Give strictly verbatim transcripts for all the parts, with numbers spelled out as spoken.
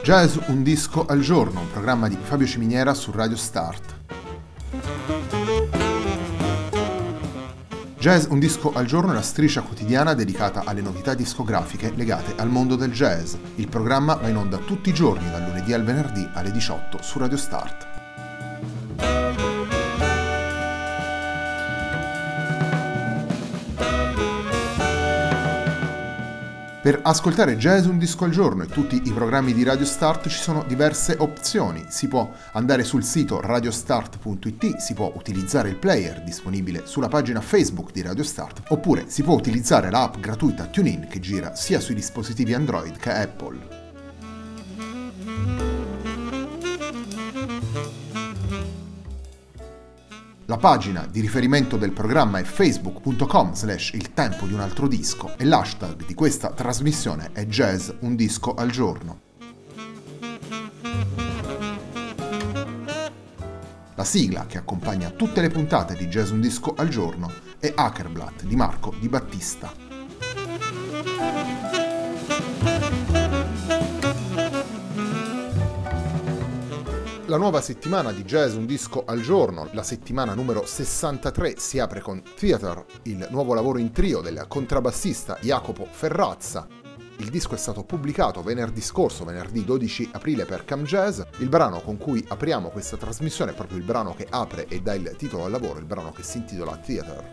Jazz un disco al giorno, un programma di Fabio Ciminiera su Radio Start. Jazz un disco al giorno è la striscia quotidiana dedicata alle novità discografiche legate al mondo del jazz. Il programma va in onda tutti i giorni, dal lunedì al venerdì alle diciotto su Radio Start. Per ascoltare Jazz un disco al giorno e tutti i programmi di Radio Start ci sono diverse opzioni. Si può andare sul sito radiostart punto it, si può utilizzare il player disponibile sulla pagina Facebook di Radio Start, oppure si può utilizzare l'app gratuita TuneIn che gira sia sui dispositivi Android che Apple. La pagina di riferimento del programma è facebook punto com slash il tempo di un altro disco e l'hashtag di questa trasmissione è Jazz un disco al giorno. La sigla che accompagna tutte le puntate di Jazz un disco al giorno è Akerblatt di Marco Di Battista. La nuova settimana di Jazz un disco al giorno, la settimana numero sessantatré, si apre con Theater, il nuovo lavoro in trio del contrabbassista Jacopo Ferrazza. Il disco è stato pubblicato venerdì scorso, venerdì dodici aprile per Cam Jazz. Il brano con cui apriamo questa trasmissione è proprio il brano che apre e dà il titolo al lavoro, il brano che si intitola Theater.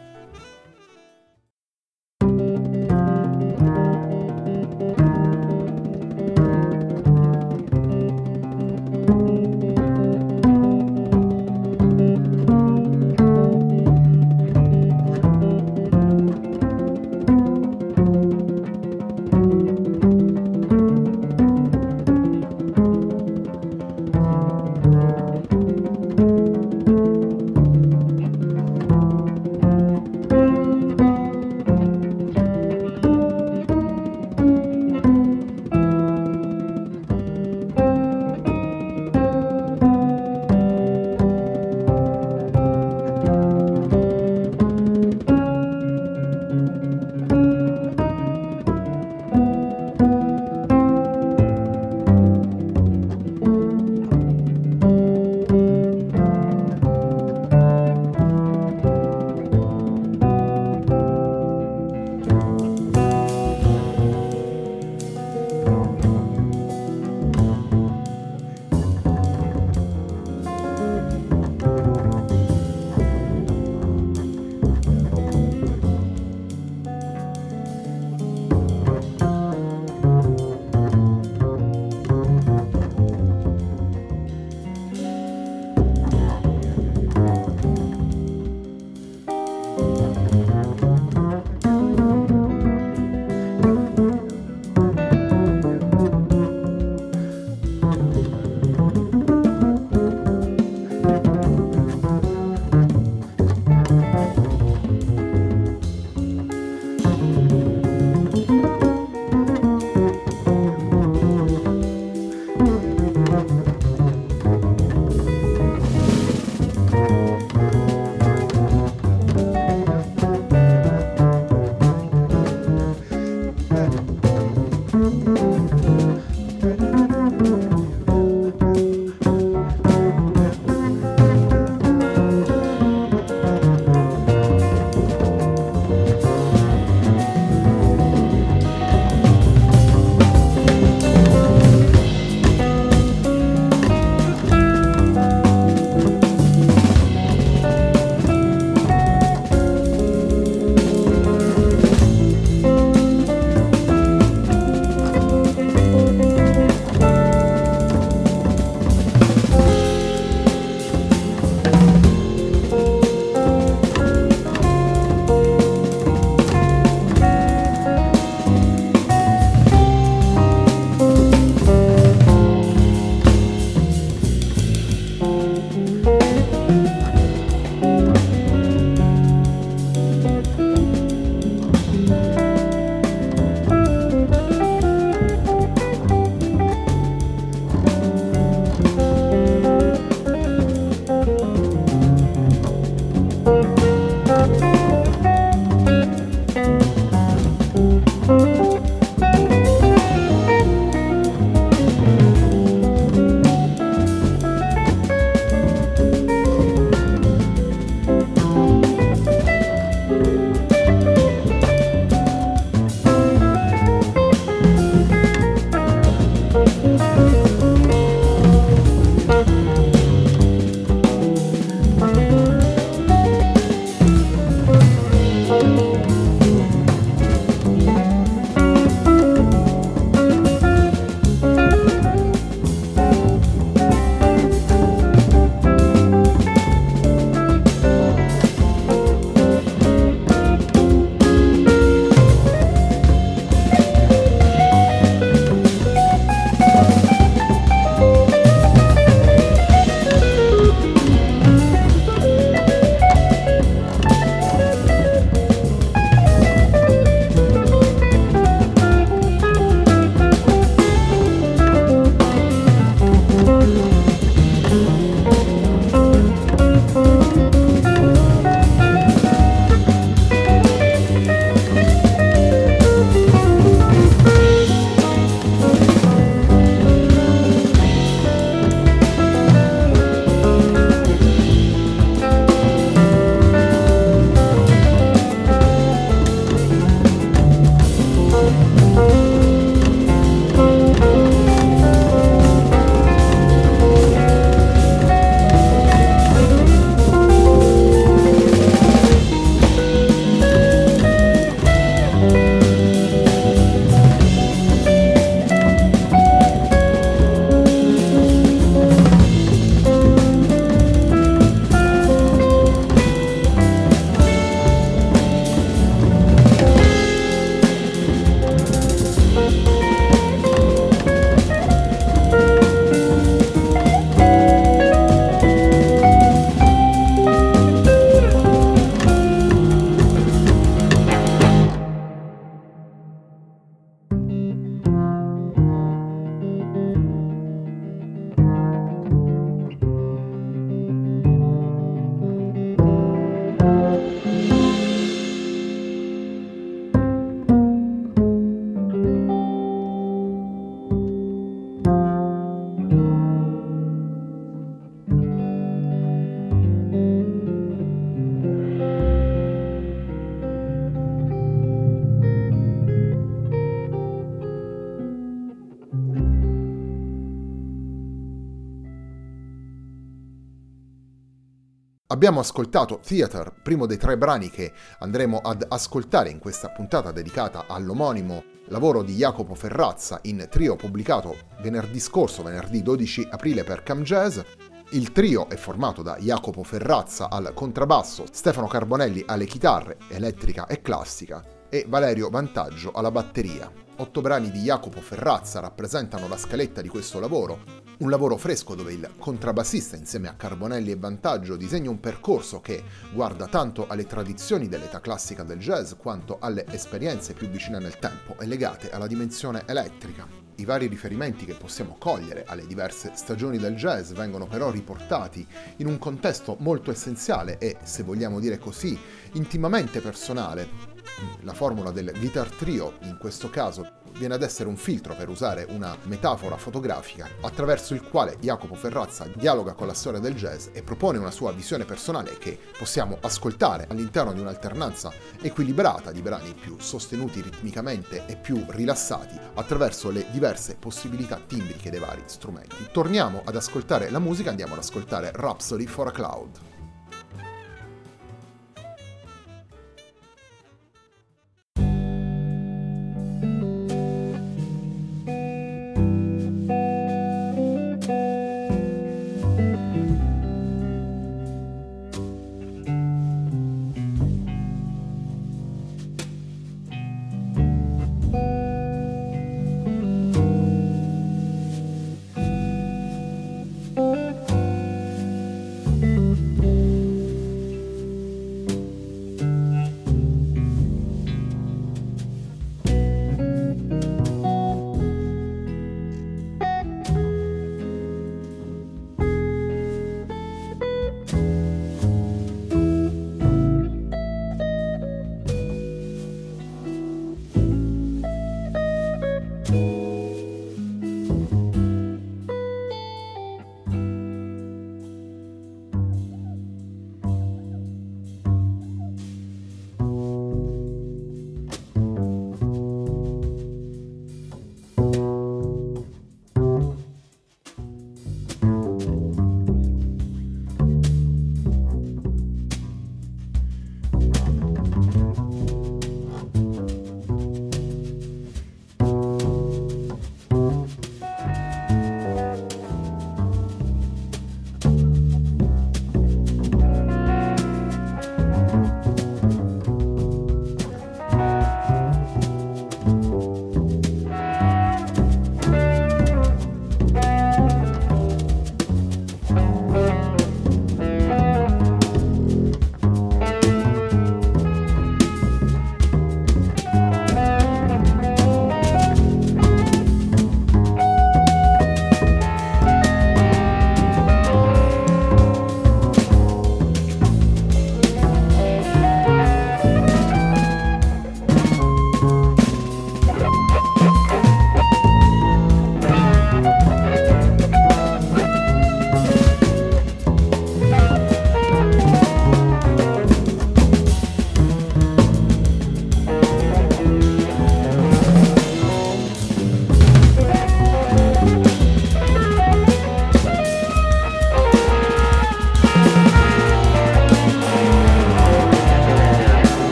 Abbiamo ascoltato Theater, primo dei tre brani che andremo ad ascoltare in questa puntata dedicata all'omonimo lavoro di Jacopo Ferrazza in trio pubblicato venerdì scorso, venerdì dodici aprile per Cam Jazz. Il trio è formato da Jacopo Ferrazza al contrabbasso, Stefano Carbonelli alle chitarre, elettrica e classica, e Valerio Vantaggio alla batteria. Otto brani di Jacopo Ferrazza rappresentano la scaletta di questo lavoro, un lavoro fresco dove il contrabbassista insieme a Carbonelli e Vantaggio disegna un percorso che guarda tanto alle tradizioni dell'età classica del jazz quanto alle esperienze più vicine nel tempo e legate alla dimensione elettrica. I vari riferimenti che possiamo cogliere alle diverse stagioni del jazz vengono però riportati in un contesto molto essenziale e, se vogliamo dire così, intimamente personale. La formula del guitar trio, in questo caso, viene ad essere un filtro, per usare una metafora fotografica, attraverso il quale Jacopo Ferrazza dialoga con la storia del jazz e propone una sua visione personale che possiamo ascoltare all'interno di un'alternanza equilibrata di brani più sostenuti ritmicamente e più rilassati attraverso le diverse possibilità timbriche dei vari strumenti. Torniamo ad ascoltare la musica, andiamo ad ascoltare Rhapsody for a Cloud.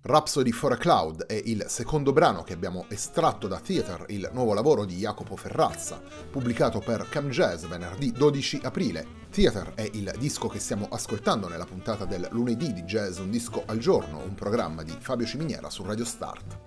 Rhapsody for a Cloud è il secondo brano che abbiamo estratto da Theater, il nuovo lavoro di Jacopo Ferrazza, pubblicato per Cam Jazz venerdì dodici aprile. Theater è il disco che stiamo ascoltando nella puntata del lunedì di Jazz Un Disco al Giorno, un programma di Fabio Ciminiera su Radio Start.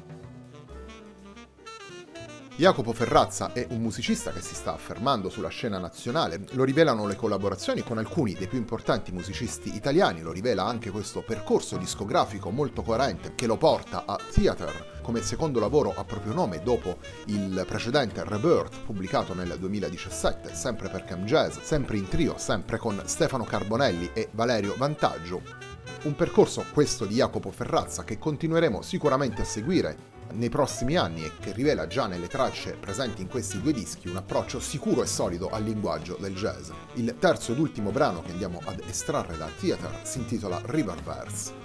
Jacopo Ferrazza è un musicista che si sta affermando sulla scena nazionale, lo rivelano le collaborazioni con alcuni dei più importanti musicisti italiani, lo rivela anche questo percorso discografico molto coerente che lo porta a Theater come secondo lavoro a proprio nome dopo il precedente Rebirth pubblicato nel duemiladiciassette, sempre per Cam Jazz, sempre in trio, sempre con Stefano Carbonelli e Valerio Vantaggio. Un percorso questo di Jacopo Ferrazza che continueremo sicuramente a seguire nei prossimi anni e che rivela già nelle tracce presenti in questi due dischi un approccio sicuro e solido al linguaggio del jazz. Il terzo ed ultimo brano che andiamo ad estrarre da Theater si intitola Riververse.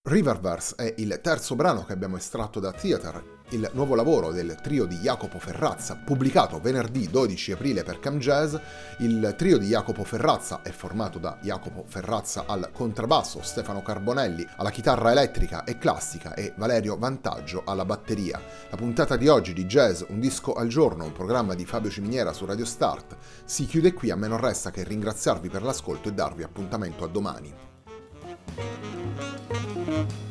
Riververse è il terzo brano che abbiamo estratto da Theater, il nuovo lavoro del trio di Jacopo Ferrazza, pubblicato venerdì dodici aprile per Cam Jazz. Il trio di Jacopo Ferrazza è formato da Jacopo Ferrazza al contrabbasso, Stefano Carbonelli alla chitarra elettrica e classica e Valerio Vantaggio alla batteria. La puntata di oggi di Jazz Un disco al giorno, un programma di Fabio Ciminiera su Radio Start, si chiude qui. A me non resta che ringraziarvi per l'ascolto e darvi appuntamento a domani.